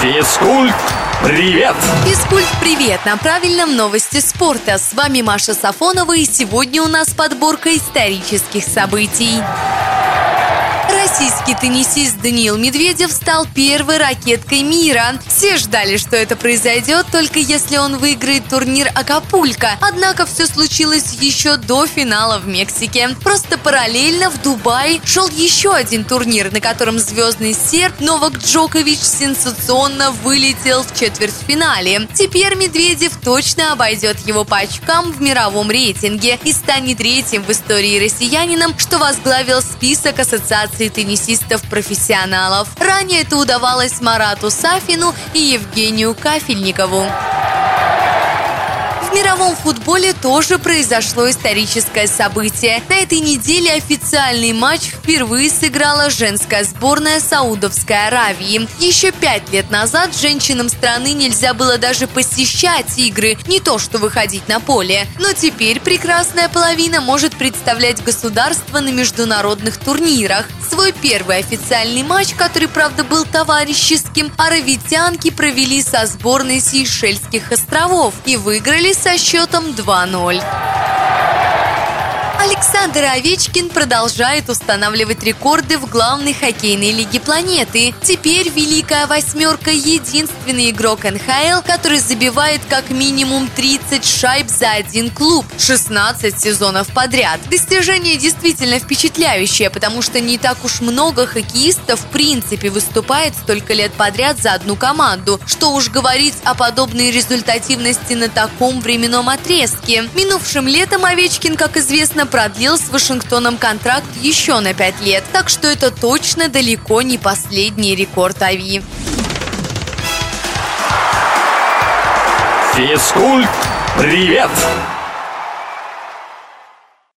Физкульт, привет! Физкульт, привет! На правильном новости спорта. С вами Маша Сафонова, и сегодня у нас подборка исторических событий. Российский теннисист Даниил Медведев стал первой ракеткой мира. Все ждали, что это произойдет, только если он выиграет турнир Акапулько. Однако все случилось еще до финала в Мексике. Просто параллельно в Дубае шел еще один турнир, на котором звездный серб Новак Джокович сенсационно вылетел в четвертьфинале. Теперь Медведев точно обойдет его по очкам в мировом рейтинге и станет третьим в истории россиянином, что возглавил список ассоциации теннисистов-профессионалов. Ранее это удавалось Марату Сафину и Евгению Кафельникову. В мировом футболе тоже произошло историческое событие. На этой неделе официальный матч впервые сыграла женская сборная Саудовской Аравии. Еще 5 лет назад женщинам страны нельзя было даже посещать игры, не то что выходить на поле. Но теперь прекрасная половина может представлять государство на международных турнирах. Свой первый официальный матч, который, правда, был товарищеским, аравитянки провели со сборной Сейшельских островов и выиграли со счетом 2-0. Александр Овечкин продолжает устанавливать рекорды в главной хоккейной лиге планеты. Теперь Великая Восьмерка – единственный игрок НХЛ, который забивает как минимум 30 шайб за один клуб 16 сезонов подряд. Достижение действительно впечатляющее, потому что не так уж много хоккеистов в принципе выступает столько лет подряд за одну команду. Что уж говорить о подобной результативности на таком временном отрезке. Минувшим летом Овечкин, как известно, продлил с Вашингтоном контракт еще на 5 лет, так что это точно далеко не последний рекорд Ави. Физкульт, привет!